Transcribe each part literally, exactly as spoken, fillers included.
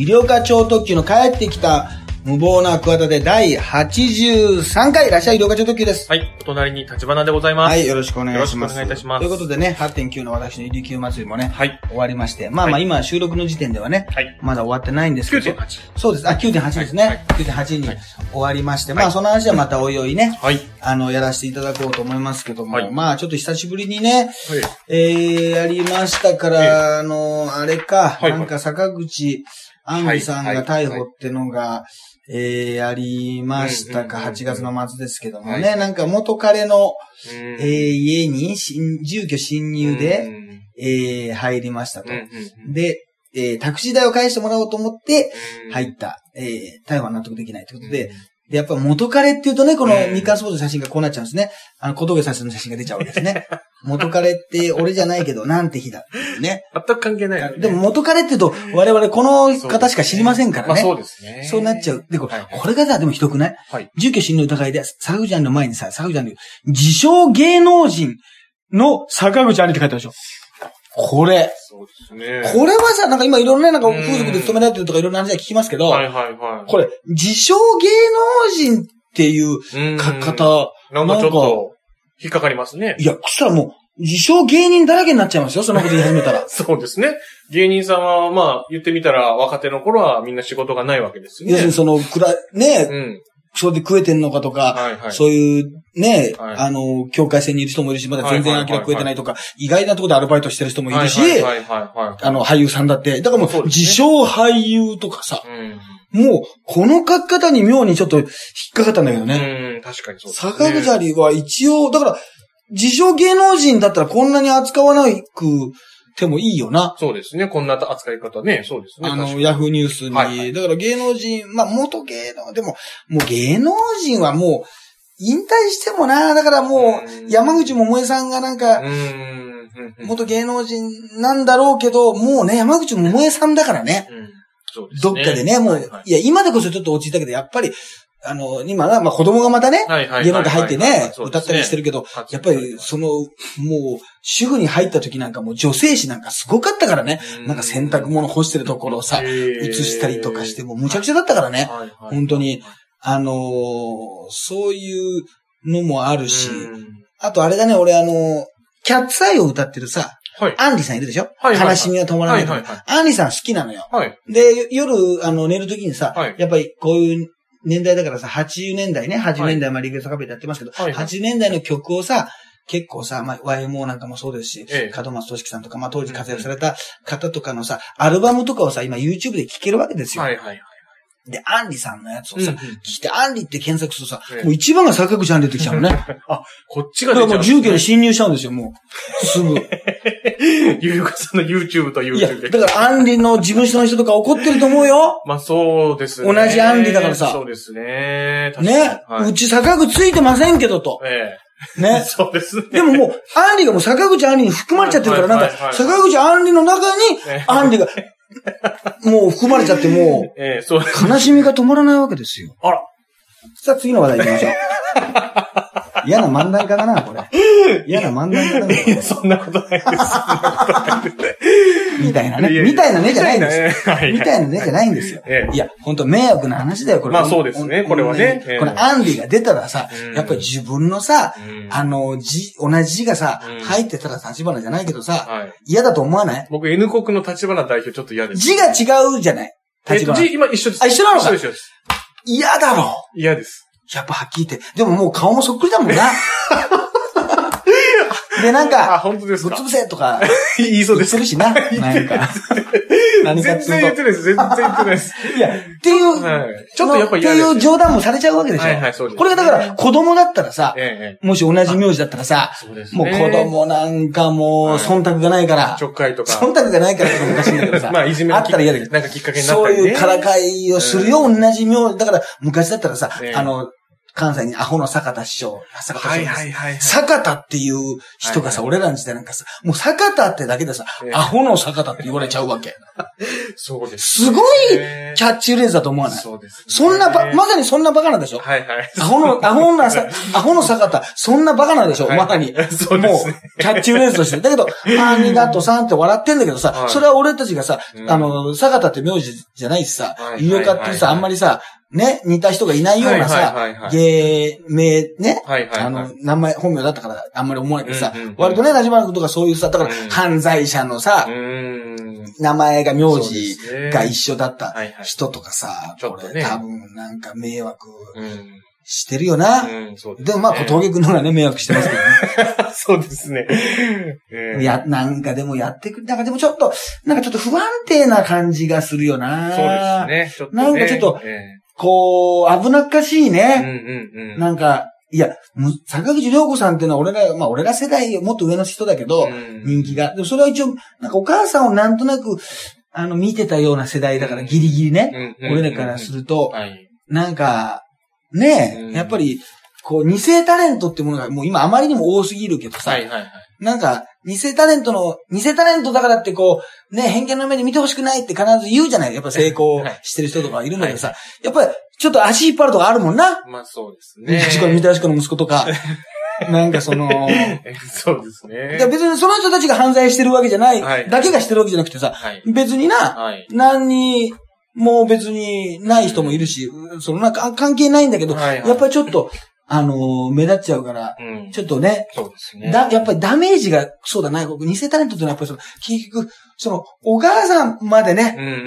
医療課長特急の帰ってきた無謀な企て第はちじゅうさんかい、いらっしゃい医療課長特急です。 はい、お隣に立花でございます。 はい、よろしくお願いします。 よろしくお願いいたします。 ということでね、はちてんきゅう の私の医療級祭りもね、 はい、 終わりまして、まあまあ今収録の時点ではね、はい、まだ終わってないんですけど、 きゅうてんはち。 そうです。あ、きゅうてんはち ですね。はい、きゅうてんはち に終わりまして、はい、まあその話はまたおいおいね、はい、あの、やらせていただこうと思いますけども、はい、まあちょっと久しぶりにね、はい、えー、やりましたから、あの、あれか、はい、なんか坂口杏里さんが逮捕ってのが、はいはいえー、やりましたか、はちがつの末ですけどもね、はい、なんか元彼の、えー、家に住居侵入で、えー、入りましたと。で、えー、タクシー代を返してもらおうと思って入った、えー、逮捕は納得できないということで、で、やっぱ元彼って言うとね、この日刊スポーツの写真がこうなっちゃうんですね。あの、小峠さんの写真が出ちゃうわけですね。元彼って俺じゃないけど、なんて日だっていうね。 全く関係ない、ね。 でも元彼って言うと、我々この方しか知りませんからね。 まあそうですね。 そうなっちゃう。で、これ、はい、これがさ、でもひどくない、はい、住居侵入疑いで、坂口杏里の前にさ、坂口杏里、自称芸能人の坂口杏里って書いてあるでしょ。これ。 そうですね。 これはさ、なんか今いろんなね、なんか風俗で勤められてるとかいろんな話は聞きますけど、はいはいはい。これ、自称芸能人っていう方、 なんかちょっと引っかかりますね。 いや、そしたらもう、自称芸人だらけになっちゃいますよ、そんなこと言い始めたら。 そうですね。芸人さんは、まあ、言ってみたら若手の頃はみんな仕事がないわけですよね。 要するにその、くら、ね、うん。それで食えてんのかとか、はいはい、そういうね、はい、あの、境界線にいる人もいるし、まだ全然明らか食えてないとか、意外なところでアルバイトしてる人もいるし、あの、俳優さんだって。だからもう、自称俳優とかさ、うん、もう、この書き方に妙にちょっと引っかかったんだけどね。 うん、確かにそうですね。 坂口杏里は一応、だから、自称芸能人だったらこんなに扱わなくてもいいよな。 そうですね。こんな扱い方ね。そうですね。 あの、ヤフーニュースに。はいはい、だから芸能人、まあ、元芸能、でも、もう芸能人はもう、引退してもな、だからもう、山口百恵さんがなんか、元芸能人なんだろうけど、もうね、山口百恵さんだからね。うん、そうですね。どっかでね、もう、はいはい、いや、今でこそちょっと落ち着いたけど、やっぱり、あの、今は、まあ、子供がまたね、芸能界入ってね、歌ったりしてるけど、やっぱり、その、もう、主婦に入った時なんかもう女性誌なんかすごかったからね、なんか洗濯物干してるところをさ、映したりとかして、もうむちゃくちゃだったからね、本当に、あのー、そういうのもあるし、あとあれだね、俺あのー、キャッツアイを歌ってるさ、はい、アンリさんいるでしょ、はいはいはい、悲しみは止まらないから、はいはいはい、アンリさん好きなのよ。はい、で、夜、あの、寝る時にさ、はい、やっぱりこういう、年代だからさ、はちじゅうねんだいね、はちじゅうねんだいまでリクエストカフェでやってますけど、はいはい、はちじゅうねんだいの曲をさ、結構さ、まあ、ワイエムオー なんかもそうですし、ええ、門松俊樹さんとか、まあ、当時活躍された方とかのさ、アルバムとかをさ、今 YouTube で聴けるわけですよ。はいはいはい。で、アンリさんのやつをさ、聞、うんうん、いて、アンリって検索するとさ、ええ、もう一番が坂口アンリってきちゃうのね。 あ、こっちが出ちゃう、ね。だからもう住居に侵入しちゃうんですよ、もう。すぐ。 ゆうかさんの YouTube と YouTube で。 いや、だからアンリの事務所の人とか怒ってると思うよ。 まあそうですね。 同じアンリだからさ。 そうですね。 確かにね、はい、うち坂口ついてませんけどと。ええ。ね。 そうですね。 でももう、アンリがもう坂口アンリに含まれちゃってるから、なんか、坂口アンリの中に、アンリが、もう含まれちゃってもう、ええ、そう悲しみが止まらないわけですよ。あら。さあ次の話題行きましょう。嫌な漫談家だな、これ。嫌な漫談家だな。 いや、そんなことないです。 みたいなね。みたいなねじゃないんですよ。みたいなねじゃないんですよ。いや、ほんと迷惑な話だよ、これ。 まあそうですね、これはね。 これ、アンリが出たらさ、やっぱり自分のさ、あの、字、同じ字がさ、入ってたら立花じゃないけどさ、嫌だと思わない？ 僕、N 国の立花代表ちょっと嫌です。 字が違うじゃない。 立花。字、今一緒です。 あ、一緒なのか？ 一緒です。 嫌だろ。 嫌です。 やっぱはっきり言って。でももう顔もそっくりだもんな。で、なんか、 あ、本当ですか？ ぶっ潰せとか、 言いそうです。 言ってるしな。なんか。 何か全然言ってないです。全然言ってないです。 いや、っていう、はい、 ちょっとやっぱ嫌です。 っていう冗談もされちゃうわけでしょ。はいはい、そうです。これがだから子供だったらさ、 ええ、 もし同じ名字だったらさ、そうですね、もう子供なんかもう忖度がないから、 ちょっかいとか。 忖度がないからっておかしいんだけどさ、 まあいじめあったら嫌だけど、 なんかきっかけになったりね。 そういうからかいをするよ、同じ名字。だから昔だったらさ、あの、 関西にアホの坂田師匠、坂田師匠。 はいはいはい、はい。 坂田っていう人がさ、はいはい、俺らの時代なんかさ、もう坂田ってだけでさ、えー、アホの坂田って言われちゃうわけ。 そうです、 ね。すごいキャッチフレーズだと思わない？ そうです、ね。 そんなば、まさにそんなバカなんでしょ？ はいはい。 アホの、アホなさ、アホの坂田、そんなバカなんでしょ？はい、まさに。そうですね。もう、キャッチフレーズとして。だけど、ありがとさんって笑ってんだけどさ、はい、それは俺たちがさ、うん、あの、坂田って名字じゃないしさ、ゆうかってさ、あんまりさ、ね、似た人がいないようなさ、芸名ね、はいはいはい、あの、名前、本名だったからあんまり思わないけどさ、うんうんうん、割とね、なじまることがそういうさ、だから、うん、犯罪者のさ、名前が名字が一緒だった人とかさ、ね、これ、ね、多分なんか迷惑してるよな。うん、そうですね、でもまあ、小峠くんの方がね、迷惑してますけどね。 そうですね。 えー、や、なんかでもやってくる、なんかでもちょっと、なんかちょっと不安定な感じがするよな。 そうですね。ちょっとね、なんかちょっと、えーこう、危なっかしいね。うんうんうん、なんか、いや、坂口涼子さんっていうのは俺ら、まあ俺ら世代もっと上の人だけど、うん、人気が。でもそれは一応、なんかお母さんをなんとなく、あの、見てたような世代だからギリギリね。うん、俺らからすると、はい、なんか、ねえ、うん、やっぱり、こう、偽タレントってものがもう今あまりにも多すぎるけどさ、はいはいはい、なんか、偽タレントの、偽タレントだからってこう、ね、偏見の目で見てほしくないって必ず言うじゃない。やっぱ成功してる人とかいるんだけどさ、はい、やっぱりちょっと足引っ張るとかあるもんな。 まあそうですね。 確かに、みたらしかの息子とか。なんかその、 そうですね。 別にその人たちが犯罪してるわけじゃない、はい、だけがしてるわけじゃなくてさ、はい、別にな、はい、何にも別にない人もいるし、うん、そのなんか関係ないんだけど、はいはい、やっぱりちょっと、あのー、目立っちゃうから、うん、ちょっとね、 そうですね。 だ、やっぱりダメージが、そうだな、偽タレントってのはやっぱりその、結局、その、お母さんまでね、うんうんうん、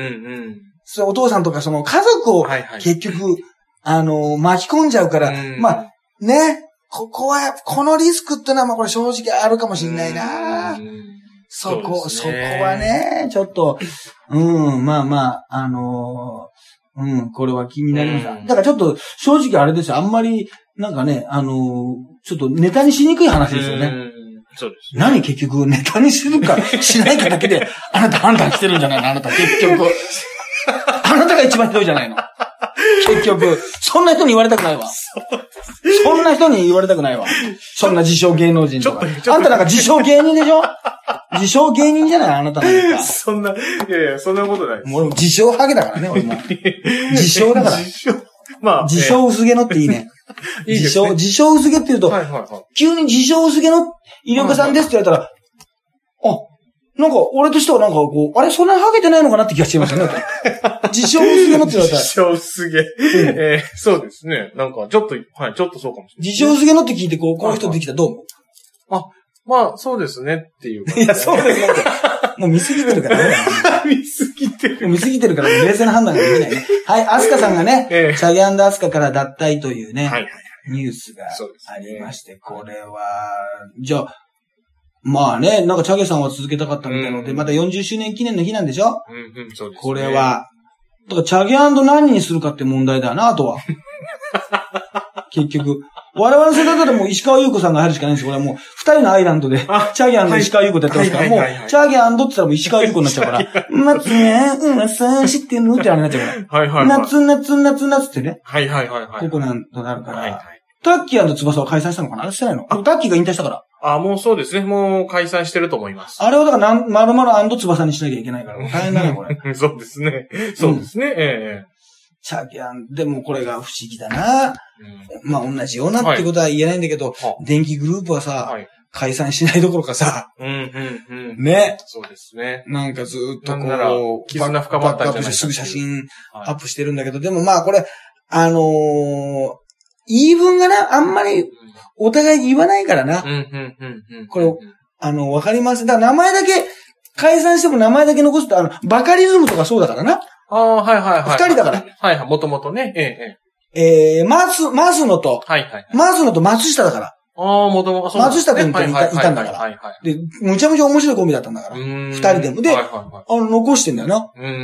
そのお父さんとかその家族を結局、はいはい、あのー、巻き込んじゃうから、うん、まあ、ね、ここは、このリスクってのはまあこれ正直あるかもしれないな、うん、そこ、そ、ね、そこはね、ちょっと、うん、まあまあ、あのー、うん、これは気になりました。うん、だからちょっと、正直あれですよ、あんまり、なんかね、あのー、ちょっとネタにしにくい話ですよね。 うんそうです、ね。 何結局ネタにするかしないかだけで、あなた判断してるんじゃないのあなた結局。あなたが一番ひどいじゃないの結局。そんな人に言われたくないわ。そんな人に言われたくないわ。そんな自称芸能人とか。あんたなんか自称芸人でしょ自称芸人じゃないあなたなんか。 そんな、いやいや、そんなことないです。 もう自称ハゲだからね、俺も。自称だから。自称。まあ。自称薄毛のっていいね。いいですね。自称、自称薄毛って言うと、はいはいはい、急に自称薄毛の医療家さんですって言われたら、あ、なんか俺としてはなんかこう、あれそんなにハゲてないのかなって気がしますよね。自称薄毛のって言われたら。 自称薄毛。うん、えー、そうですね。なんかちょっと、はい、ちょっとそうかもしれない。 自称薄毛のって聞いてこう、この人できたらどう思う？ あ、まあ、そうですねっていう、 ね。いや、そうですねって。もう見すぎてるからね。 見すぎてる。 もう見すぎてるから冷静な判断ができないね。はい、アスカさんがね、ええ、チャゲ&アスカから脱退というね、はいはい、ニュースがありまして、ね、これは、じゃあ、まあね、なんかチャゲさんは続けたかったみたいなので、うん、またよんじゅっしゅうねん記念の日なんでしょ？うんうん、そうですね。これは、だからチャゲ&何にするかって問題だよな、あとは。結局。我々の世代だともう石川優子さんが入るしかないんですよ。これはもう二人のアイランドで、チャゲ&石川優子ってやってますから、もう、チャゲ&って言ったらもう石川優子になっちゃうから、夏ね、うん、さん知ってるのってあれになっちゃうから。はいはい、はい。夏、夏、夏、夏ってね。 はいはいはいはい。 ここなんとなるから。はいはい。タッキー&翼は解散したのかな？あれしてないの？タッキーが引退したから。 あ、もうそうですね。もう解散してると思います。 あれをだからなん、丸々&翼にしなきゃいけないから。大変だね、これ。 そうですね。そうですね。うん、ええ。 チャゲ&でもこれが不思議だな。うん、まあ同じようなってことは言えないんだけど、はい、電気グループはさ、はい、解散しないどころかさ、うんうんうん、ね。 そうですね。 なんかずっとこう、 絆深まったんじゃないか。 すぐ写真アップしてるんだけど、はい、でもまあこれ、あのー、言い分がな、あんまりお互い言わないからな。これ、あの、わかります。だから名前だけ、解散しても名前だけ残すと、あの、バカリズムとかそうだからな。 ああ、はいはいはい。 二人だから。 はいはい、もともとね。ええ、 ええ。えー、マス、マスノと、はいはい。マスノと松下だから。 ああ、もともと、 そう松下くんっていた、いたんだから。はいはい。で、むちゃむちゃ面白いコンビだったんだから。二人でも。で、はいはいはい。あの、残してんだよな。うん、うん、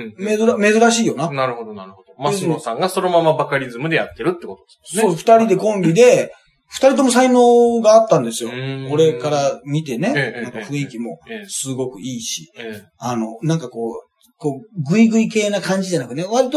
うん。珍、珍しいよな。 なるほど、なるほど。マスノさんがそのままバカリズムでやってるってことですね。 そう、二人でコンビで、二人とも才能があったんですよ。俺から見てね。なんか雰囲気もすごくいいし。あの、なんかこう、こう、グイグイ系な感じじゃなくね、割と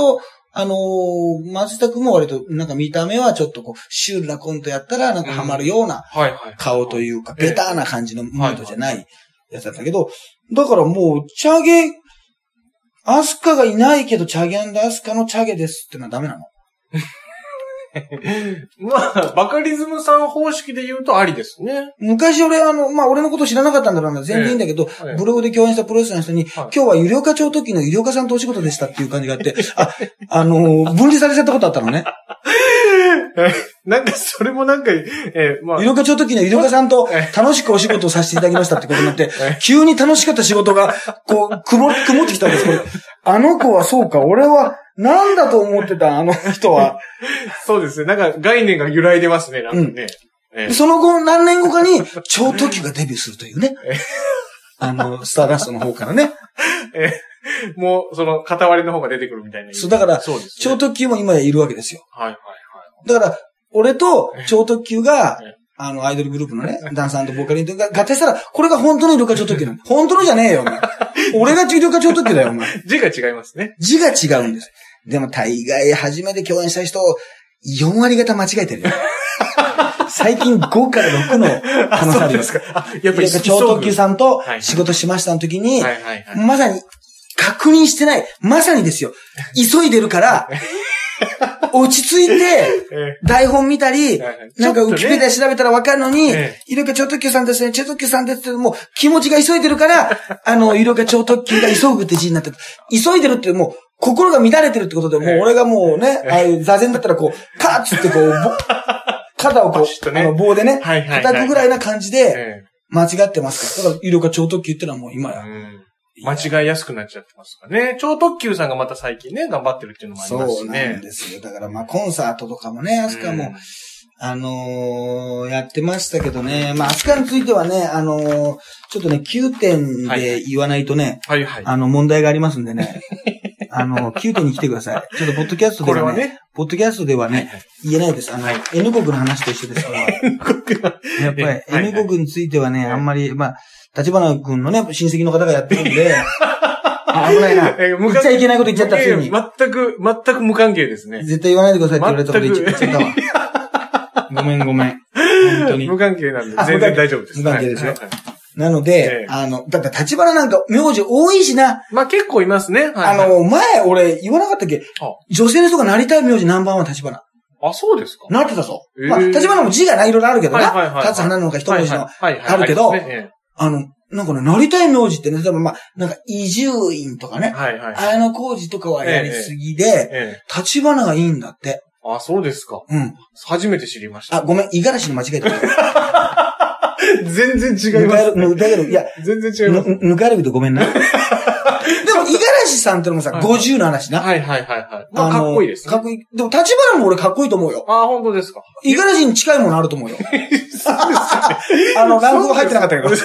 あのー、松下くんも割と、なんか見た目はちょっとこう、シュールなコントやったら、なんかハマるような顔というか、ベターな感じのムードじゃないやつだったけど、だからもう、チャゲ、アスカがいないけど、チャゲ&アスカのチャゲですってのはダメなの？ まあ、バカリズムさん方式で言うとありですね。 昔俺、あの、まあ、俺のこと知らなかったんだろうな、全然いいんだけど、ええ、ブログで共演したプロレスラーの人に、はい、今日は有料課長時の有料課さんとお仕事でしたっていう感じがあって、あ、あのー、分離されちゃったことあったのね。 なんか、それもなんか、えー、まあ。有料課長時の有料課さんと楽しくお仕事をさせていただきましたってことになって、急に楽しかった仕事が、こう、曇、曇ってきたんです、これ。あの子はそうか、俺は、なんだと思ってた、あの人は。 そうですね。なんか概念が揺らいでますね、なんかね。うんええ、その後、何年後かに、超特急がデビューするというね。あの、スターダストの方からね。 えもう、その、片割れの方が出てくるみたいな。 そう、だから、そうですね、超特急も今やいるわけですよ。 はいはいはい。 だから、俺と超特急が、あの、アイドルグループのね、ダンサー&ボーカリンとか合体したら、これが本当のイルカ超特急なの。本当のじゃねえよ、お前。俺がイルカ超特急だよ、お前。 字が違いますね。 字が違うんです。でも大概初めて共演した人、よん割方間違えてるよ。最近ごからろくの可能性あるよ。やっぱり超特急さんと仕事しましたの時に、まさに確認してない。まさにですよ。急いでるから、落ち着いて、台本見たり、なんかウィキペディア調べたらわかるのに、イルカ超特急さんですね、超特急さんですって、もう気持ちが急いでるから、あの、イルカ超特急が急ぐって字になってる。急いでるってもう、心が乱れてるってことで、もう俺がもうね、ああいう座禅だったらこう、カーッつってこう、肩をこう、あの棒でね、叩くぐらいな感じで、間違ってますから。だから、イルカ超特急ってのはもう今や。 間違いやすくなっちゃってますからね。超特急さんがまた最近ね、頑張ってるっていうのもありますしね。 そうなんですよ。だからまあコンサートとかもね、アスカも、あのー、やってましたけどね。まあアスカについてはね、あのー、ちょっとね、きゅうてんで言わないとね、はいはい、あの、問題がありますんでね。あの、きゅうてんに来てください。ちょっとポッドキャストではね、これはねポッドキャストではね、はいはい、言えないです。あの、はい、N 国の話と一緒ですから。N 国やっぱり N 国についてはね、あんまり、まあ、立花君のね、親戚の方がやってるんで、あ、危ないな。言っちゃいけないこと言っちゃったついに。 全く、全く無関係ですね。 絶対言わないでくださいって言われたこと言っちゃったわ。ごめんごめん。本当に。 無関係なんで、全然大丈夫です。 無関係ですよ。はいはいはい、なので、ええ、あの、だって立花なんか名字多いしな。 まあ結構いますね。はいはい、 あの、前俺言わなかったっけ、女性の人がなりたい名字ナンバーワン立花。 あ、そうですか。 なってたぞ。えー、まあ、立花も字がないろいろあるけどな。はいはいはい、立つ花なのか一文字のあるけど、あの、なんかね、なりたい名字ってね、多分まあ、なんか、移住院とかね、はいはい、綾野浩二とかはやりすぎで、えええ、立花がいいんだって。 あ、そうですか。 うん。 初めて知りました。 あ、ごめん、五十嵐に間違えた。 全然違います、ね。 ぬかる、いや、 全然違います。 ぬかるびとごめんな。でも、五十嵐さんってのもさ、ごじゅうの話な。 はいはいはいはい。まあ、かっこいいですね。 かっこいい。でも、立花も俺かっこいいと思うよ。 ああ、本当ですか。 五十嵐に近いものあると思うよ。そうですね。あの、ランクが入ってなかったけど。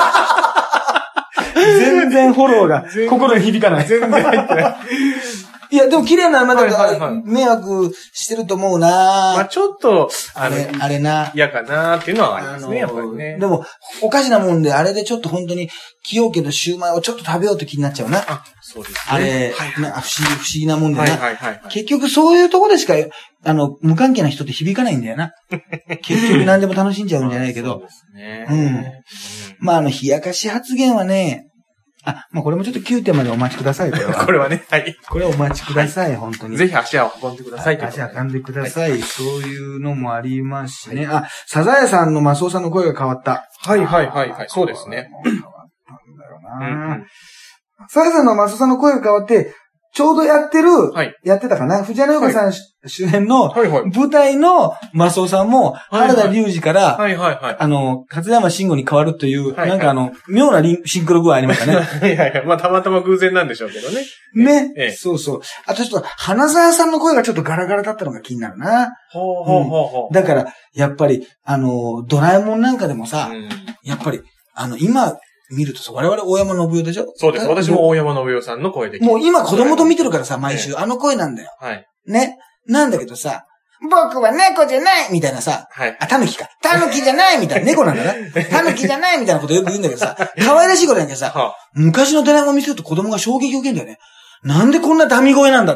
全然フォローが心に響かない。 全然入ってない。 いや、でも綺麗な馬だから迷惑してると思うな。 まあちょっと、あれ、 あれな。 嫌かなっていうのはありますね、やっぱりね。 でも、おかしなもんで、あれでちょっと本当に、崎陽軒のシューマイをちょっと食べようと気になっちゃうな。あ、 そうですね。 あれ、不思議、不思議なもんでな。結局そういうとこでしか、あの、無関係な人って響かないんだよな。結局何でも楽しんじゃうんじゃないけど。そうですね。うん。まああの、冷やかし発言はね、あ、まあこれもちょっときゅうてんまでお待ちください。これは。 これはね、はい。 これはお待ちください、本当に。 ぜひ足を運んでください。 足を運んでください。そういうのもありますしね。あ、サザエさんのマスオさんの声が変わった。 はいはいはいはい。そうですね。 変わったんだよな。サザエさんのマスオさんの声が変わって、ちょうどやってる、はい、やってたかな藤原洋子さん、はい、主演の舞台のマスオさんも、原田龍二から、はいはいはい、あの、勝山慎吾に変わるという、はいはい、なんかあの、妙なシンクロ具合ありましたね。 はいはいはい。まあ、たまたま偶然なんでしょうけどね。 ね。ええ、そうそう。あとちょっと、花沢さんの声がちょっとガラガラだったのが気になるな。 ほうほうほうほう。 だから、やっぱり、あの、ドラえもんなんかでもさ、うん、やっぱり、あの、今、見るとさ、我々大山信代でしょ？ そうです。私も大山信代さんの声で聞いて。 もう今子供と見てるからさ、毎週、あの声なんだよ。はい。ね。なんだけどさ、僕は猫じゃないみたいなさ、はい。あ、タヌキか。タヌキじゃないみたいな、猫なんだな。タヌキじゃないみたいなことよく言うんだけどさ、可愛らしいことなんだけどさ、はあ、昔のドラえもん見せると子供が衝撃を受けるんだよね。なんでこんなダミ声なんだっつって。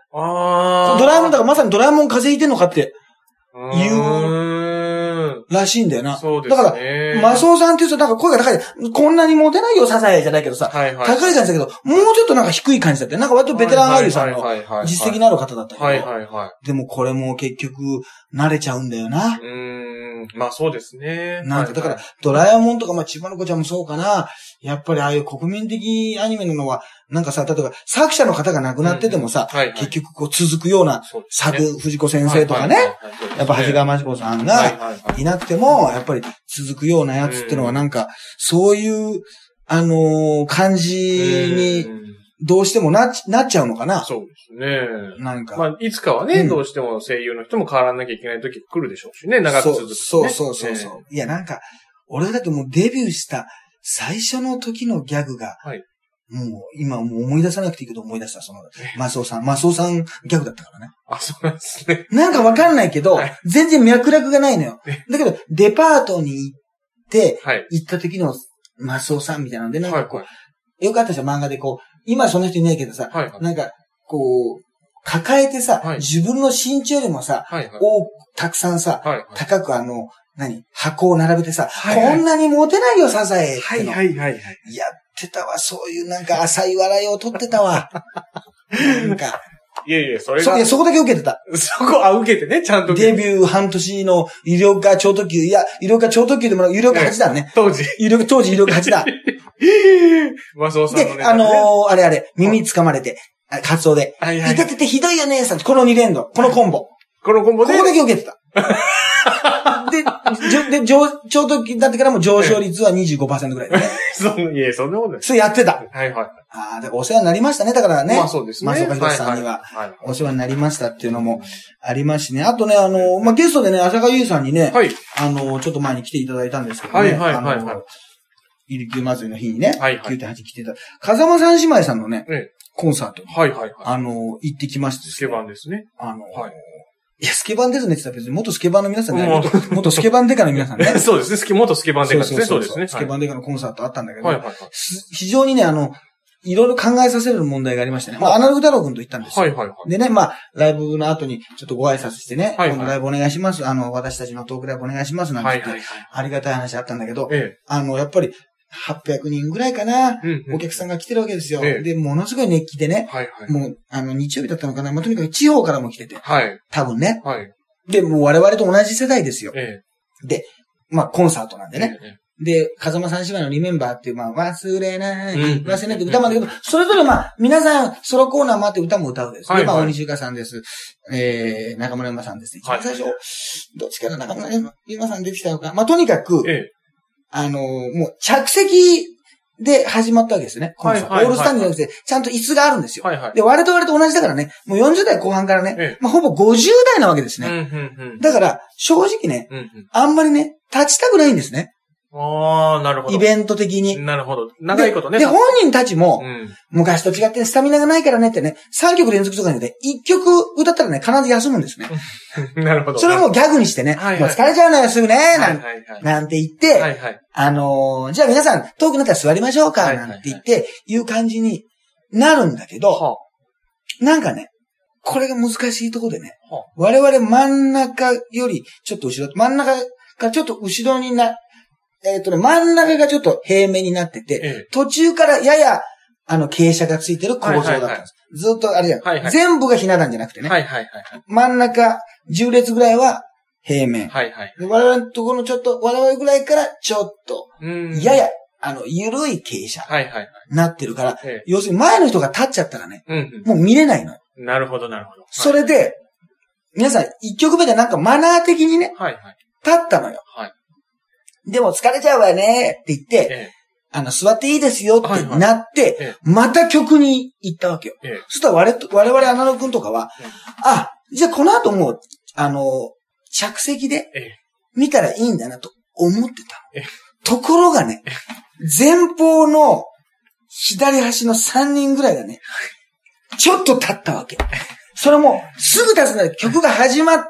ああ。 ドラえもんだからまさにドラえもん風邪ひいてんのかって言うらしいんだよな。 そうですね。 だから、マスオさんって言うとなんか声が高い。こんなにモテないよ、サザエじゃないけどさ。はいはい、高い感じだけど、もうちょっとなんか低い感じだったよ。なんか割とベテラン俳優さんの実績のある方だったけど。はいはいはい。でもこれも結局、慣れちゃうんだよな。 うーん。まあそうですね。 なんか、だから、ドラえもんとか、まあ、千葉の子ちゃんもそうかな。やっぱりああいう国民的アニメののは、なんかさ、例えば作者の方が亡くなっててもさ、うんうんはいはい、結局こう続くような作、ね、藤子先生とかね、はいはいはいはい、やっぱ長谷川真知子さんがいなくても、やっぱり続くようなやつってのはなんか、そういう、あのー、感じに、どうしてもなっ、なっちゃうのかな。 そうですね。 なんか。 まあ、いつかはね、うん、どうしても声優の人も変わらなきゃいけない時来るでしょうしね、長く続く、ね。 そうそうそうそう、えー。いや、なんか、俺だってもうデビューした最初の時のギャグが、はい、もう今もう思い出さなくていいけど思い出した、その、マスオさん。マスオさんギャグだったからね。 あ、そうなんですね。 なんかわかんないけど、はい、全然脈絡がないのよ。だけど、デパートに行って、はい、行った時のマスオさんみたいなので、なんかこう、はいはい、よかったじゃん、漫画でこう、今その人いないけどさ、はいはい、なんか、こう、抱えてさ、はい、自分の身長よりもさ、はいはい、多く、たくさんさ、はいはい、高くあの、何箱を並べてさ、はいはい、こんなにモテないよ、サザエっての。はいはいはいはい。やってたわ、そういうなんか浅い笑いを取ってたわ。なんか。 いやいや、それが。そ、 いや、そこだけ受けてた。 そこ、あ、受けてね、ちゃんと。 デビュー半年の医療科超特急、いや、医療科超特急でもない、医療科はちだね。 当時。 医療、当時医療科はちだ。 マスオさんのね。 で、あのー、あれあれ、耳掴まれて、カツオで。はいはいはい。いてててひどいよね、さん。このに連動。このコンボ。 このコンボで。 ここだけ受けてた。で、で、上、超特急だってからも上昇率は にじゅうごパーセント ぐらいでね。 そんいや、そんなことない。 それやってた。 はいはい。 ああ、だからお世話になりましたね。だからね。 まあそうですね。 松岡弘さんには、お世話になりましたっていうのもありますしね。あとね、あの、まあ、ゲストでね、浅香優さんにね、はい、あの、ちょっと前に来ていただいたんですけどね。はいはいはい、はい。イリキュー祭りの日にね、はいはい、きゅうてんはち 来ていただいた。風間三姉妹さんのね、ええ、コンサートに、はいはいはい、あの、行ってきましてですね。スケバンですね。 あの、はい。いや、スケバンですねって言ったら別に元スケバンの皆さんね、元、元スケバンデカの皆さんね。 そうですね、元スケバンデカですね。そうですね。 スケバンデカのコンサートあったんだけど、はいはいはい、非常にね、あの、いろいろ考えさせる問題がありましてね。まあ、アナログ太郎くんと行ったんですよ。はいはいはい。でね、まあ、ライブの後にちょっとご挨拶してね、はいはい、今度ライブお願いします。あの、私たちのトークライブお願いします。なんて言って、はいはいはい、ありがたい話あったんだけど、ええ、あの、やっぱり、はっぴゃくにんぐらいかな、うんうん、お客さんが来てるわけですよ。ええ、で、ものすごい熱気でね、はいはい、もう、あの、日曜日だったのかな、まあ、とにかく地方からも来てて、はい、多分ね。はい、で、もう我々と同じ世代ですよ。ええ、で、まあ、コンサートなんでね。ええで、風間三姉妹のリメンバーっていう、まあ、忘れない、忘れないって歌もあるけど、それぞれまあ、皆さん、ソロコーナーもあって歌も歌うわけです。はいはい、で、まあ、大西ゆかさんです。えー、中村ゆまさんです。一番最初、はい、どっちから中村ゆまさん出てきたのか。まあ、とにかく、ええ、あのー、もう、着席で始まったわけですね。コンサート。はいはいはいはい、オールスタンドじゃなくて、ちゃんと椅子があるんですよ。はいはい、で、我々と我々と同じだからね、もうよんじゅう代後半からね、ええ、まあ、ほぼごじゅう代なわけですね。うんうんうん、だから、正直ね、うんうん、あんまりね、立ちたくないんですね。 ああ、なるほど。 イベント的に。 なるほど。長いことね。 で、で本人たちも、うん、昔と違ってスタミナがないからねってね、さんきょく連続とかにで、いっきょく歌ったらね、必ず休むんですね。 なるほど。 それをもうギャグにしてね、はいはい、もう疲れちゃうのよ、すぐね、なん、はいはい、なんて言って、はいはい、あのー、じゃあ皆さん、遠くなったら座りましょうか、なんて言って、いう感じになるんだけど、はあ、なんかね、これが難しいところでね、はあ、我々真ん中よりちょっと後ろ、真ん中がちょっと後ろにな、えっとね、真ん中がちょっと平面になってて、ええ、途中からやや、あの、傾斜がついてる構造だったんです。はいはいはい、ずっとあれじゃん、はいはい。全部がひな壇じゃなくてね。はいはいはい、真ん中じゅう列ぐらいは平面。はいはい、で我々のところのちょっと、我々ぐらいからちょっと、やや、あの、ゆるい傾斜。はいはいはい。なってるから、ええ、要するに前の人が立っちゃったらね、うんうん、もう見れないのよ。 なるほどなるほど。 それで、皆さんいっきょくめでなんかマナー的にね、はいはい、立ったのよ。はいでも疲れちゃうわよねって言って、ええ、あの、座っていいですよってなって、はいはいええ、また曲に行ったわけよ。ええ、そしたら我々、我々アナログ君とかは、ええ、あ、じゃあこの後もう、あの、着席で見たらいいんだなと思ってた。ええ、ところがね、前方の左端のさんにんぐらいがね、ちょっと立ったわけ。それもすぐ立つんだよ。曲が始まって、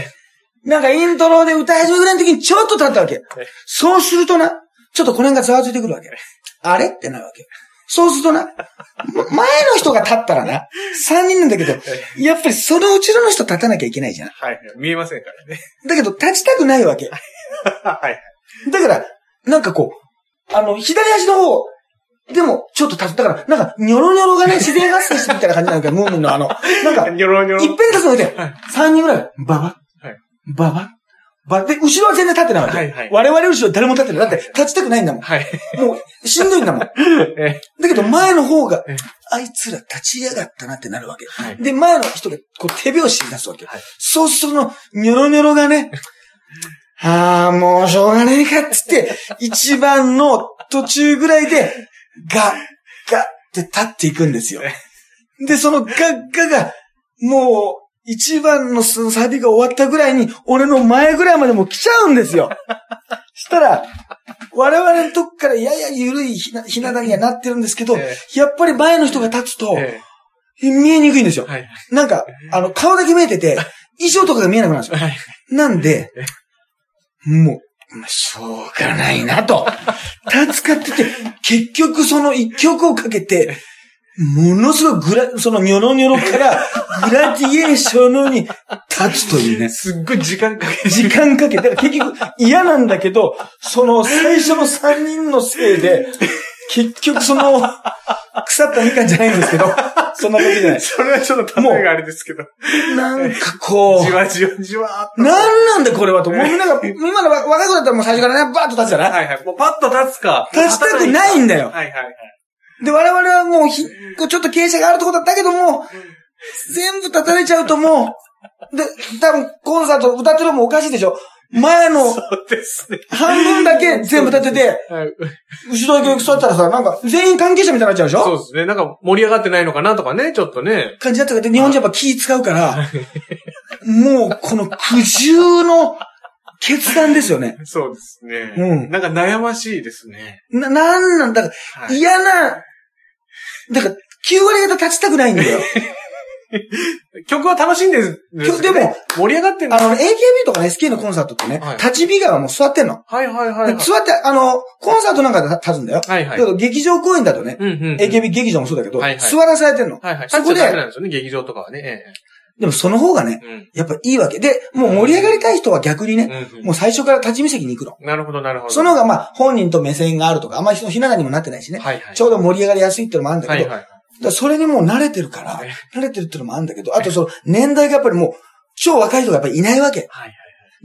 なんかイントロで歌い始めぐらいの時にちょっと立ったわけ。そうするとな、ちょっとこの辺がざわついてくるわけ。あれってなるわけ。 そうするとな、前の人が立ったらな、さんにんなんだけど、やっぱりその後ろの人立たなきゃいけないじゃん。 はい。見えませんからね。 だけど立ちたくないわけ。 はい。 だから、なんかこう、あの、左足の方、でも、ちょっと立つ。だから、なんか、ニョロニョロがね、自然発生してみたいな感じなんだけど、ムーミンのあの、なんか、 ニョロニョロ。 いっぺん立つので、さんにんぐらい、ババッ、はい、ババッ、バッ、で、後ろは全然立ってないわけ。はいはい、我々後ろ誰も立ってない。だって、立ちたくないんだもん。はい、もう、しんどいんだもん。だけど、前の方が、あいつら立ちやがったなってなるわけ。はい、で、前の人が、こう、手拍子に出すわけ。はい、そうすると、ニョロニョロがね、ああ、もうしょうがねえかっつって、一番の途中ぐらいで、ガッ、ガッって立っていくんですよ。で、そのガッガが、もう、一番のサビが終わったぐらいに、俺の前ぐらいまでもう来ちゃうんですよ。したら、我々のとこからやや緩いひな、ひな壇にはなってるんですけど、えー、やっぱり前の人が立つと、えー、見えにくいんですよ。はい、なんか、あの、顔だけ見えてて、衣装とかが見えなくなるんですよ。はい、なんで、もう、しょうがないなと。立つかってて、結局その一曲をかけて、ものすごいグラ、そのニョロニョロからグラディエーションのように立つというね。 すっごい時間かけ時間かけて。だから結局嫌なんだけど、その最初のさんにんのせいで、結局その、腐ったみかんじゃないんですけど、そんなことじゃない。 それはちょっと例えがあれですけど。 なんかこう。 じわじわじわーっと。 なんなんでこれはと。もうみんなが、今の若い子だったらもう最初からね、バーッと立つじゃないはいはい。もうパッと立つか。 立ちたくないんだよ。 はいはいはい。 で、我々はもうひ、ちょっと傾斜があるところだったけども、全部立たれちゃうともう、で、多分コンサート歌ってるのもおかしいでしょ。前の、 そうですね。 半分だけ全部立てて、後ろだけ座ったらさ、なんか全員関係者みたいになっちゃうでしょ。 そうですね。なんか盛り上がってないのかなとかね、ちょっとね。 感じだったけど、日本人やっぱ気使うから、もうこの苦渋の決断ですよね。 そうですね。 うん。 なんか悩ましいですね。 な、なんなんだから、はい、嫌な、だからきゅう割方立ちたくないんだよ。 曲は楽しんでるんですけど、ね、でも、盛り上がってるあの、エーケービー とかね、エスケー のコンサートってね、はい、立ちビガはもう座ってんの。 はいはいはい、はい。 座って、あの、コンサートなんかで立つんだよ。はいはい。だけど劇場公演だとね、うんうんうん、エーケービー 劇場もそうだけど、はいはい、座らされてんの。 はいはい。そこで。立っちゃダメなんですよね、劇場とかはね。ええ、 でもその方がね、うん、やっぱいいわけで、もう盛り上がりたい人は逆にね、うんうん、もう最初から立ち見席に行くの。 なるほどなるほど。 その方がまあ、本人と目線があるとか、あんまりひな壇にもなってないしね。はいはい。ちょうど盛り上がりやすいっていうのもあるんだけど、はいはい。だそれにもう慣れてるから、慣れてるってのもあるんだけど、あとその年代がやっぱりもう超若い人がやっぱりいないわけ。はいはいはい、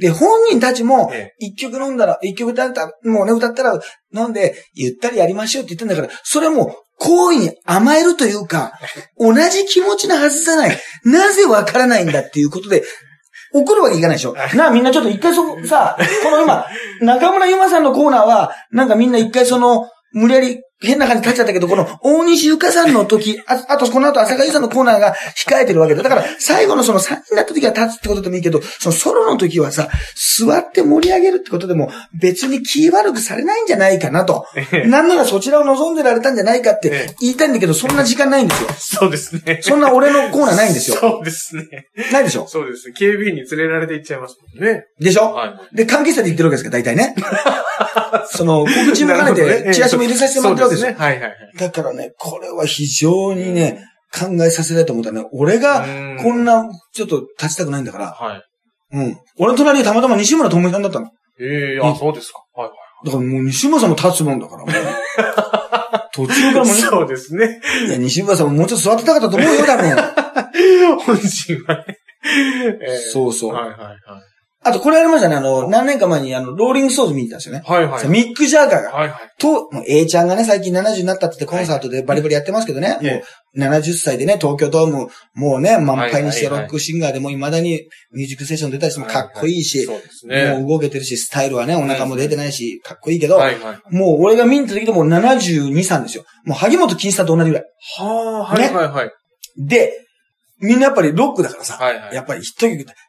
で、本人たちも一曲飲んだら、一曲歌ったら、もうね、歌ったら飲んで、ゆったりやりましょうって言ってんだから、それはもう好意に甘えるというか、同じ気持ちなはずじゃない。なぜわからないんだっていうことで、怒るわけいかないでしょ。なあ、みんなちょっと一回そこ、さ、この今、中村ゆまさんのコーナーは、なんかみんな一回その、無理やり変な感じに立っちゃったけど、この大西ゆかさんの時、あ, あとこの後浅香ゆさんのコーナーが控えてるわけだ。だから最後のそのさんにんになった時は立つってことでもいいけど、そのソロの時はさ、座って盛り上げるってことでも別に気悪くされないんじゃないかなと。なんならそちらを望んでられたんじゃないかって言いたいんだけど、そんな時間ないんですよ。 そうですね。 そんな俺のコーナーないんですよ。 そうですね。 ないでしょ。 そうですね。警備員に連れられて行っちゃいますもんね。 でしょ、はい、で、関係者で言ってるわけですから、大体ね。その、告知も兼ねて、チラシも入れさせてもらってるわけですよ。 はいはいはい。 だからね、これは非常にね、考えさせられたと思ったね。俺が、こんな、ちょっと立ちたくないんだから。はい。うん。俺の隣にたまたま西村智美さんだったの。 ええー、あ、そうですか。はいはい。 だからもう西村さんも立つもんだから、もう。途中からもね。 そうですね。 いや、西村さんももうちょっと座ってたかったと思うよ、多分。 本心はね。 えー、そうそう。 はいはいはい。 あと、これありましたね。あの、何年か前に、あの、ローリングストーンズ見に行ったんですよね。はいはい。ミック・ジャーガーが。はいはい。と、もう A ちゃんがね、最近ななじゅうになったって言ってコンサートでバリバリやってますけどね。はい、もう、ななじゅっさいでね、東京ドーム、もうね、満杯にしてロックシンガーでもう未だにミュージックセッション出たりしてもかっこいいし。はいはい、そうですね。もう動けてるし、スタイルはね、お腹も出てないし、かっこいいけど。はいはい。もう俺が見に行った時でもうななじゅうに、さんですよ。もう萩本欽一さんと同じぐらい。 はあ、はいはいはい。 で、みんなやっぱりロックだからさ、はいはい、やっぱりヒット曲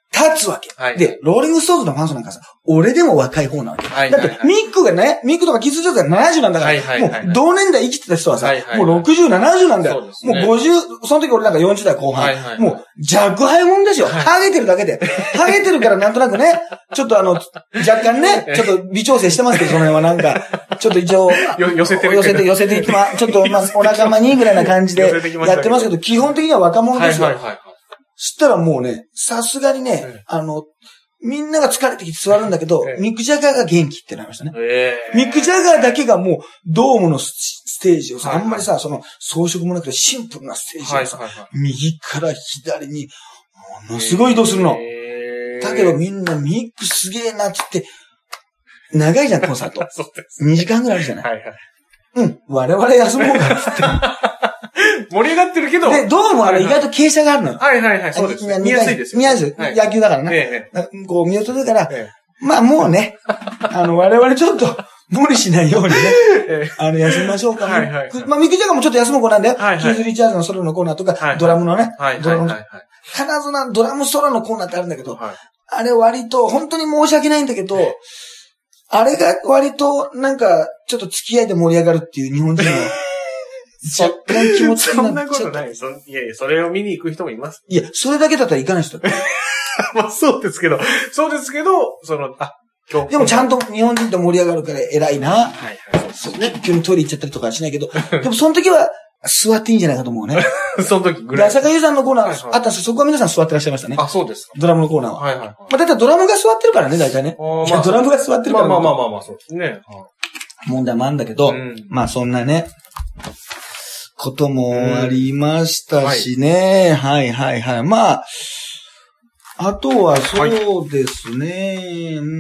立つわけ。はい、で、ローリングストーンズのファン層なんかさ、俺でも若い方なわけ。はいはいはい、だって、ミックがね、ミックとかキス・ジョーズがななじゅうなんだから、はいはいはいはい、もう同年代生きてた人はさ、はいはいはい、もうろくじゅう、ななじゅうなんだよ。ね、もうごじゅう、その時俺なんかよんじゅう代後半。はいはいはい、もう弱敗者ですよ。はい、ハゲてるだけで。ハゲてるからなんとなくね、ちょっとあの、若干ね、ちょっと微調整してますけど、その辺はなんか、ちょっと一応、 寄せてる寄せて、寄せていきま、ちょっとまあ、お仲間にぐらいな感じでやってますけど、基本的には若者ですよ。はいはいはい、そしたらもうね、さすがにね、うん、あの、みんなが疲れてきて座るんだけど、ええ、ミック・ジャガーが元気ってなりましたね。えー、ミック・ジャガーだけがもう、ドームのステージをさ、はいはい、あんまりさ、その、装飾もなくてシンプルなステージをさ、はいはいはい、右から左に、ものすごい移動するの。えー、だけどみんなミックすげえなって言って、長いじゃん、コンサート。そうです。にじかんぐらいあるじゃない。はいはい。うん、我々休もうかってって。 盛り上がってるけど。 で、ドームは意外と傾斜があるのよ。 はいはいはい。そうです、ね。見やすいですよ、 ね。見やすい。はい、野球だからね。ええ、こう見落とすから、ええ、まあもうね、あの、我々ちょっと無理しないようにね、ええ、あの、休みましょうかね。はいはいはい、まあミック・ジャガーもちょっと休む子なんだよ。はいはい、キーズ・リチャーズのソロのコーナーとか、はいはい、ドラムのね、はいはい、ドラムの、はいはいはい、必ずな、ドラムソロのコーナーってあるんだけど、はい、あれ割と、本当に申し訳ないんだけど、あれが割と、なんか、ちょっと付き合いで盛り上がるっていう日本人の、若干気持ちになっちゃった。そんなことない。そいやいや、それを見に行く人もいます。 いや、それだけだったら行かない人だって。 まあそうですけど、そうですけど、その、あ、 今日。でもちゃんと日本人と盛り上がるから偉いな。はいはい。そうね。急にトイレ行っちゃったりとかはしないけど、でもその時は、座っていいんじゃないかと思うね。 その時ぐらい。 浅香優さんのコーナー、はいはい、あったんですよ。そこは皆さん座ってらっしゃいましたね。 あ、そうですか。 ドラムのコーナーは。 はいはい、はい。 まあ、だいたいドラムが座ってるからね、だいたいね。まあ、いや、ドラムが座ってるから、ね。 まあまあまあまあ、そうですね。 問題もあるんだけど、うん、まあそんなね、こともありましたしね。うん、はい、はい、はいはい。まあ、あとはそうですね。はい、うん、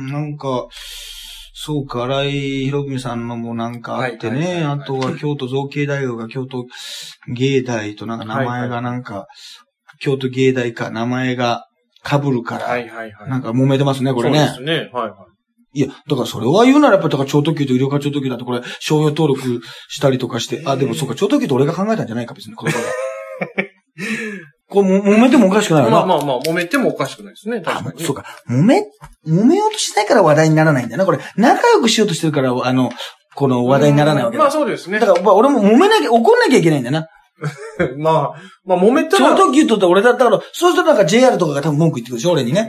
なんか、そうか、荒井博文さんのもなんかあってね、はいはいはいはい、あとは京都造形大学が京都芸大となんか名前がなんか、はいはい、京都芸大か名前が被るから、はいはいはい、なんか揉めてますね、これね。 そうですね、はいはい。 いや、だからそれは言うならやっぱり、だから超特急と医療課超特急だとこれ、商標登録したりとかして、あ、でもそうか、超特急と俺が考えたんじゃないか、別に、これは。これ、揉めてもおかしくないよな。 まあまあまあ、揉めてもおかしくないですね。確かに。 そうか。揉め、揉めようとしないから話題にならないんだよな。これ、仲良くしようとしてるから、あの、この話題にならないわけだ。 まあそうですね。 だから、俺も揉めなきゃ、怒んなきゃいけないんだよな。 まあ、まあ揉めたら。 超特急とって俺だったから、そうするとなんか ジェイアール とかが多分文句言ってくるでしょ、俺にね。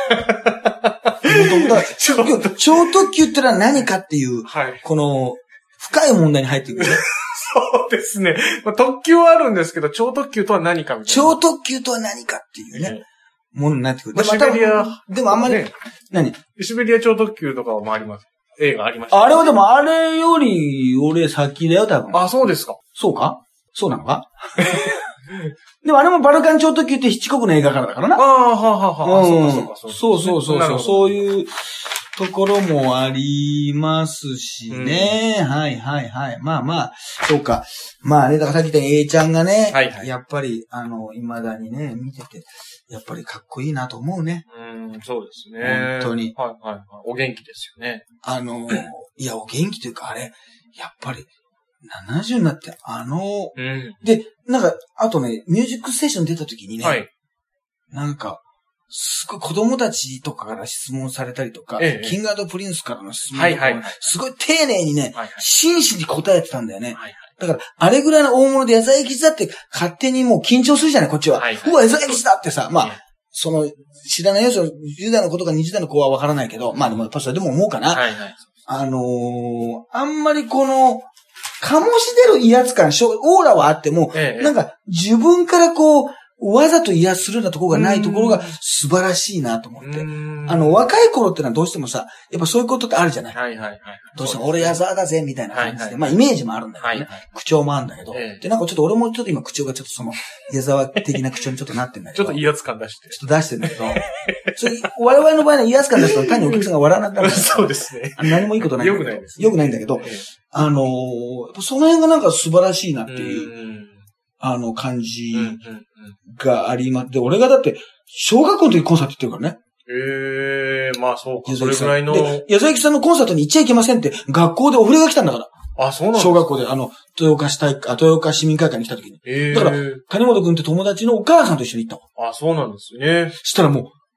超, 超特急ってのは何かっていう、はい、この、深い問題に入ってくるね。 そうですね。まあ、特急はあるんですけど、超特急とは何かみたいな。 超特急とは何かっていうね、えー、ものになってくる。 でも、シベリア。 でもあんまり、ね、何シベリア超特急とかは回ります。映画ありました、ね。 あれはでも、あれより、俺先だよ、多分。 あ、そうですか。 そうかそうなのかでもあれもバルカン超特急ってヒッチコックの映画からだからな。ああ、はあ、はあ、はあ。そうか、そうか、 そう。そうそうそうそう。そういうところもありますしね。うん、はいはいはい。まあまあ、そうか。まあね、だからさっき言ったように A ちゃんがね、はいはい、やっぱり、あの、未だにね、見てて、やっぱりかっこいいなと思うね。 うん、そうですね。 本当に。 はいはいはい。お元気ですよね。 あの、いや、お元気というか、あれ、やっぱり、ななじゅうになって、あの、うん、で、なんか、あとね、ミュージックステーション出た時にね、はい、なんか、すごい子供たちとかから質問されたりとか、ええ、キング&プリンスからの質問とか、はいはい、すごい丁寧にね、はいはい、真摯に答えてたんだよね。はいはい、だから、あれぐらいの大物で矢沢永吉だって勝手にもう緊張するじゃない、こっちは。はいはい、うわ、矢沢永吉だってさ、まあ、その、知らないよ、その、じゅう代の子とかにじゅう代の子はわからないけど、まあでもやっぱそれでも思うかな。はいはい、あのー、あんまりこの、醸し出る威圧感、オーラはあっても、ええ、なんか自分からこう、わざと威圧するようなところがないところが素晴らしいなと思って。あの、若い頃ってのはどうしてもさ、やっぱそういうことってあるじゃない。はいはいはい。どうしても俺矢沢だぜ、みたいな感じで。はいはい、まあイメージもあるんだけどね。はいはい、口調もあるんだけど、ええ。で、なんかちょっと俺もちょっと今口調がちょっとその、矢沢的な口調にちょっとなってんだけど。 ちょっと威圧感出して。 ちょっと出してんだけど。それ我々の場合の威圧感出すと単にお客さんが笑わなくなる。 そうですね。 何もいいことないんだけど。よくないです、ね。よくないんだけど、ええ、あのー、その辺がなんか素晴らしいなっていう、うあの感じがあります。で、俺がだって、小学校の時コンサート行ってるからね。 ええー、まあそうか。それぐらいの。 で、矢沢永吉さんのコンサートに行っちゃいけませんって、学校でお触れが来たんだから。 あ、そうなんだ。 小学校で、あの、豊岡市体、あ、豊岡市民会館に来た時に。ええー。だから、谷本くんって友達のお母さんと一緒に行ったの。あ、そうなんですね。 したらもう、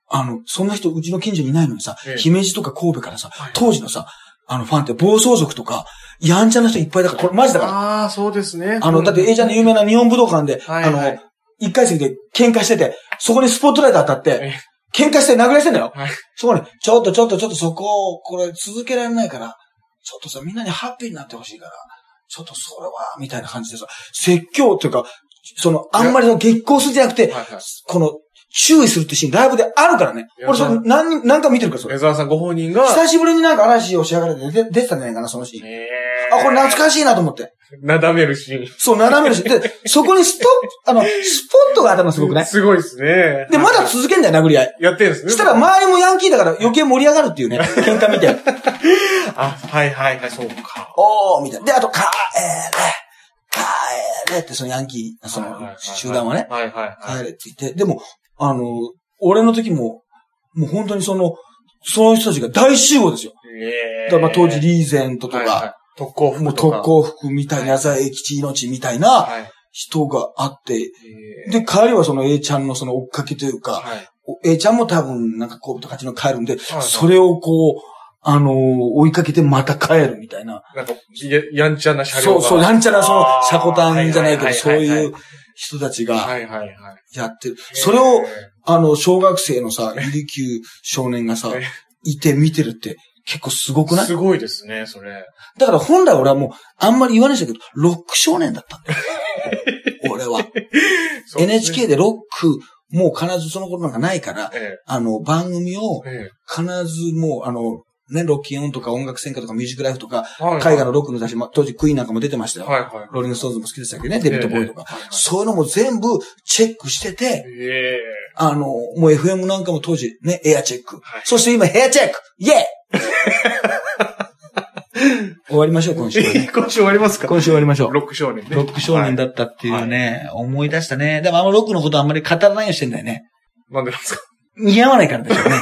あの、そんな人うちの近所にいないのにさ、ええ、姫路とか神戸からさ、はい、当時のさ、あのファンって暴走族とか、やんちゃな人いっぱいだから、これマジだから。 ああ、そうですね。 あの、だって A ちゃんの有名な日本武道館で、はいはい、あの、一階席で喧嘩してて、そこにスポットライト当たって、喧嘩して殴られてんだよ。はい、そこに、ちょっとちょっとちょっとそこを、これ続けられないから、ちょっとさ、みんなにハッピーになってほしいから、ちょっとそれは、みたいな感じでさ、説教っていうか、その、あんまりの激高するじゃなくて、はいはい、この、注意するってシーン、ライブであるからね。俺それ何、何回見てるから、それ。 江沢さんご本人が。 久しぶりになんか嵐をしやがれて出てたんじゃないかな、そのシーン。へー。あ、これ懐かしいなと思って。 なだめるシーン。 そう、なだめるシーン。で、そこにストップ、あの、スポットが当たるのすごくね。 すごいですね。 で、まだ続けんだよ、殴り合い。 やってるんですね。 したら周りもヤンキーだから余計盛り上がるっていうね、喧嘩見て。 あ、はいはいはい、そうか。 おー、みたいな。で、あと、帰れ、帰れって、そのヤンキー、その、集団はね。はいはい。帰れって言って。でも、あの、俺の時も、もう本当にその、その人たちが大集合ですよ。えー、だからまあ当時リーゼントとか、はいはい、 特攻服とか。特攻服みたいな、矢沢永吉命みたいな人があって、はい、で、帰りはその A ちゃんのその追っかけというか、はい、A ちゃんも多分なんかこうと勝ちの帰るんで、はいはい、それをこう、あのー、追いかけてまた帰るみたいな。 なんか、や、やんちゃな車両が。 そうそう、やんちゃなその、シャコタンじゃないけど、そういう人たちが、やってる。それを、あの、小学生のさ、ゆりきゅう少年がさ、いて見てるって結構すごくない？ すごいですね、それ。 だから本来俺はもう、あんまり言わないんだけど、ロック少年だったんだよ。俺は。エヌエイチケー でロック、もう必ずその頃なんかないから、ええ、あの、番組を、必ずもう、あの、ね、ロッキンオンとか音楽専科とかミュージックライフとか、はいはい、海外のロックの雑誌、ま、当時クイーンなんかも出てましたよ。はいはい、ローリングストーンズも好きでしたけどね、デビッド・ボーイとか、えーはいはい。そういうのも全部チェックしてて、えー、あの、もう エフエム なんかも当時ね、エアチェック。はい、そして今ヘアチェックイェー終わりましょう、今週は、ね。 今週終わりますか？ 今週終わりましょう。 ロック少年ね。 ロック少年だったっていうね、はい、思い出したね。でもあのロックのことあんまり語らないようにしてんだよね。 なんでなんですか？ 似合わないからでしょうね。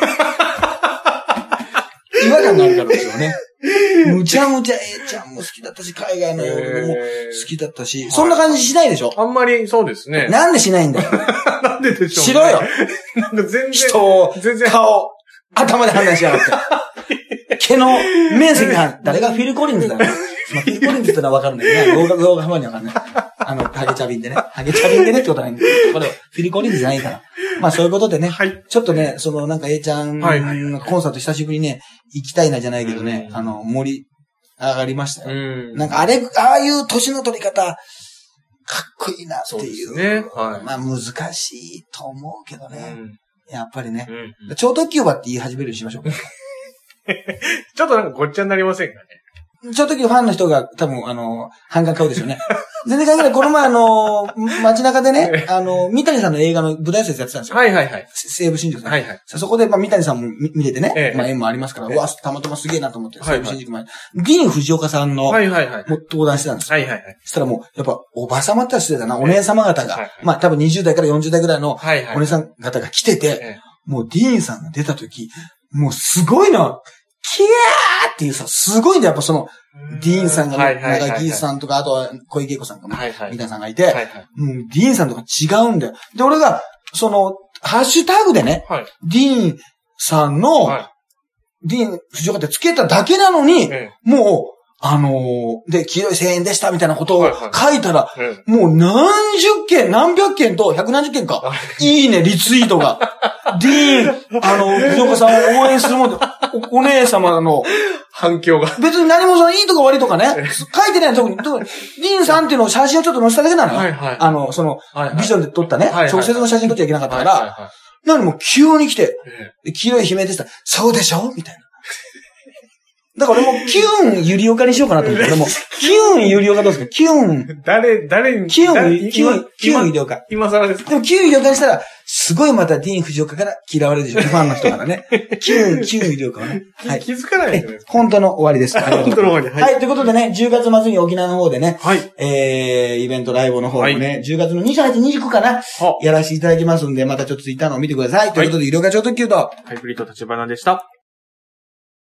違和感があるからですよね。むちゃむちゃ A ちゃんも好きだったし、海外の洋も好きだったし、そんな感じしないでしょ？ あんまりそうですね。 なんでしないんだよ。 なんででしょう、ね、 しろよ。 なんか全然。 人を、全然顔、頭で判断しやがって。毛の面積が、誰がフィル・コリンズだよ。まあ、フィル・コリンズってのはわかるんだけどね。動画、動画浜にはわかんない。あの、ハゲチャビンでね。ハゲチャビンでねってことはないんだけど、これフィル・コリンズじゃないから。まあそういうことでね。はい。ちょっとね、そのなんか A ちゃんのコンサート久しぶりにね、行きたいなじゃないけどね、あの、盛り上がりましたよ。うん。なんかあれ、ああいう年の取り方、かっこいいなっていう。そうですね。はい。まあ難しいと思うけどね。うん、やっぱりね。うん、超特急馬って言い始めるようにしましょうか。 ちょっとなんかごっちゃになりませんかね。 超特急ファンの人が多分、あの、半額買うでしょうね。全然関係ない。この前あの、街中でね、あの、三谷さんの映画の舞台挨拶やってたんですよ。はいはいはい。西武新宿さん。はいはい。そこで、まあ、三谷さんも見れてね、ええ、まあ、縁もありますから、ええ、うわ、たまたますげえなと思って、西武新宿前。ディーン・藤岡さんの、はいはいはい。も登壇してたんですよ。はいはいはい。そしたらもう、やっぱ、おばさまって失礼だな、お姉様方が、まあ、多分にじゅう代からよんじゅう代ぐらいの、お姉さん方が来てて、もうディーンさんが出た時、もうすごいな、キャーっていうさ、すごいんだよ、やっぱその、ディーンさんが、長木さんとか、あとは小池栄子さんとか、三谷さんがいて、はいはい、もうディーンさんとか違うんだよ。で、俺が、その、ハッシュタグでね、はい、ディーンさんの、はい、ディーン藤岡ってつけただけなのに、ええ、もう、あのー、で、黄色い声援でしたみたいなことを書いたら、はいはい、もう何十件、何百件と百何十件か、いいね、リツイートが。ディーン、あの、藤岡さんを応援するもんで、お, お姉様の、 反響が。 別に何もそのいいとか悪いとかね、書いてないの特に、特に、ディーンさんっていうのを写真をちょっと載せただけなのよ。はいはい、あの、その、はいはい、ビジョンで撮ったね、はいはい、直接の写真撮っちゃいけなかったから、はいはいはい、なのにもう急に来て、黄色い悲鳴でした。そうでしょみたいな。だから俺もキュンゆりおかにしようかなと思って。でも、キュンゆりおかどうですかキュン。 誰、誰にキュン、キュン、キュンゆりおか。 今更ですか？ でもキュンゆりおかにしたら、すごいまたディーン・藤岡から嫌われるでしょ。ファンの人からね。キュン、キュンゆりおかはね。 はい。気づかないですね。 本当の終わりです。 本当の終わり。 はい。はい。ということでね、じゅうがつ末に沖縄の方でね、はい。えー、イベントライブの方もね、はい、じゅうがつのにじゅうはち、にじゅうくかな、やらせていただきますんで、またちょっとツイッターのを見てください。ということで、ゆりおか超特急と、 ハイブリッド立花でした。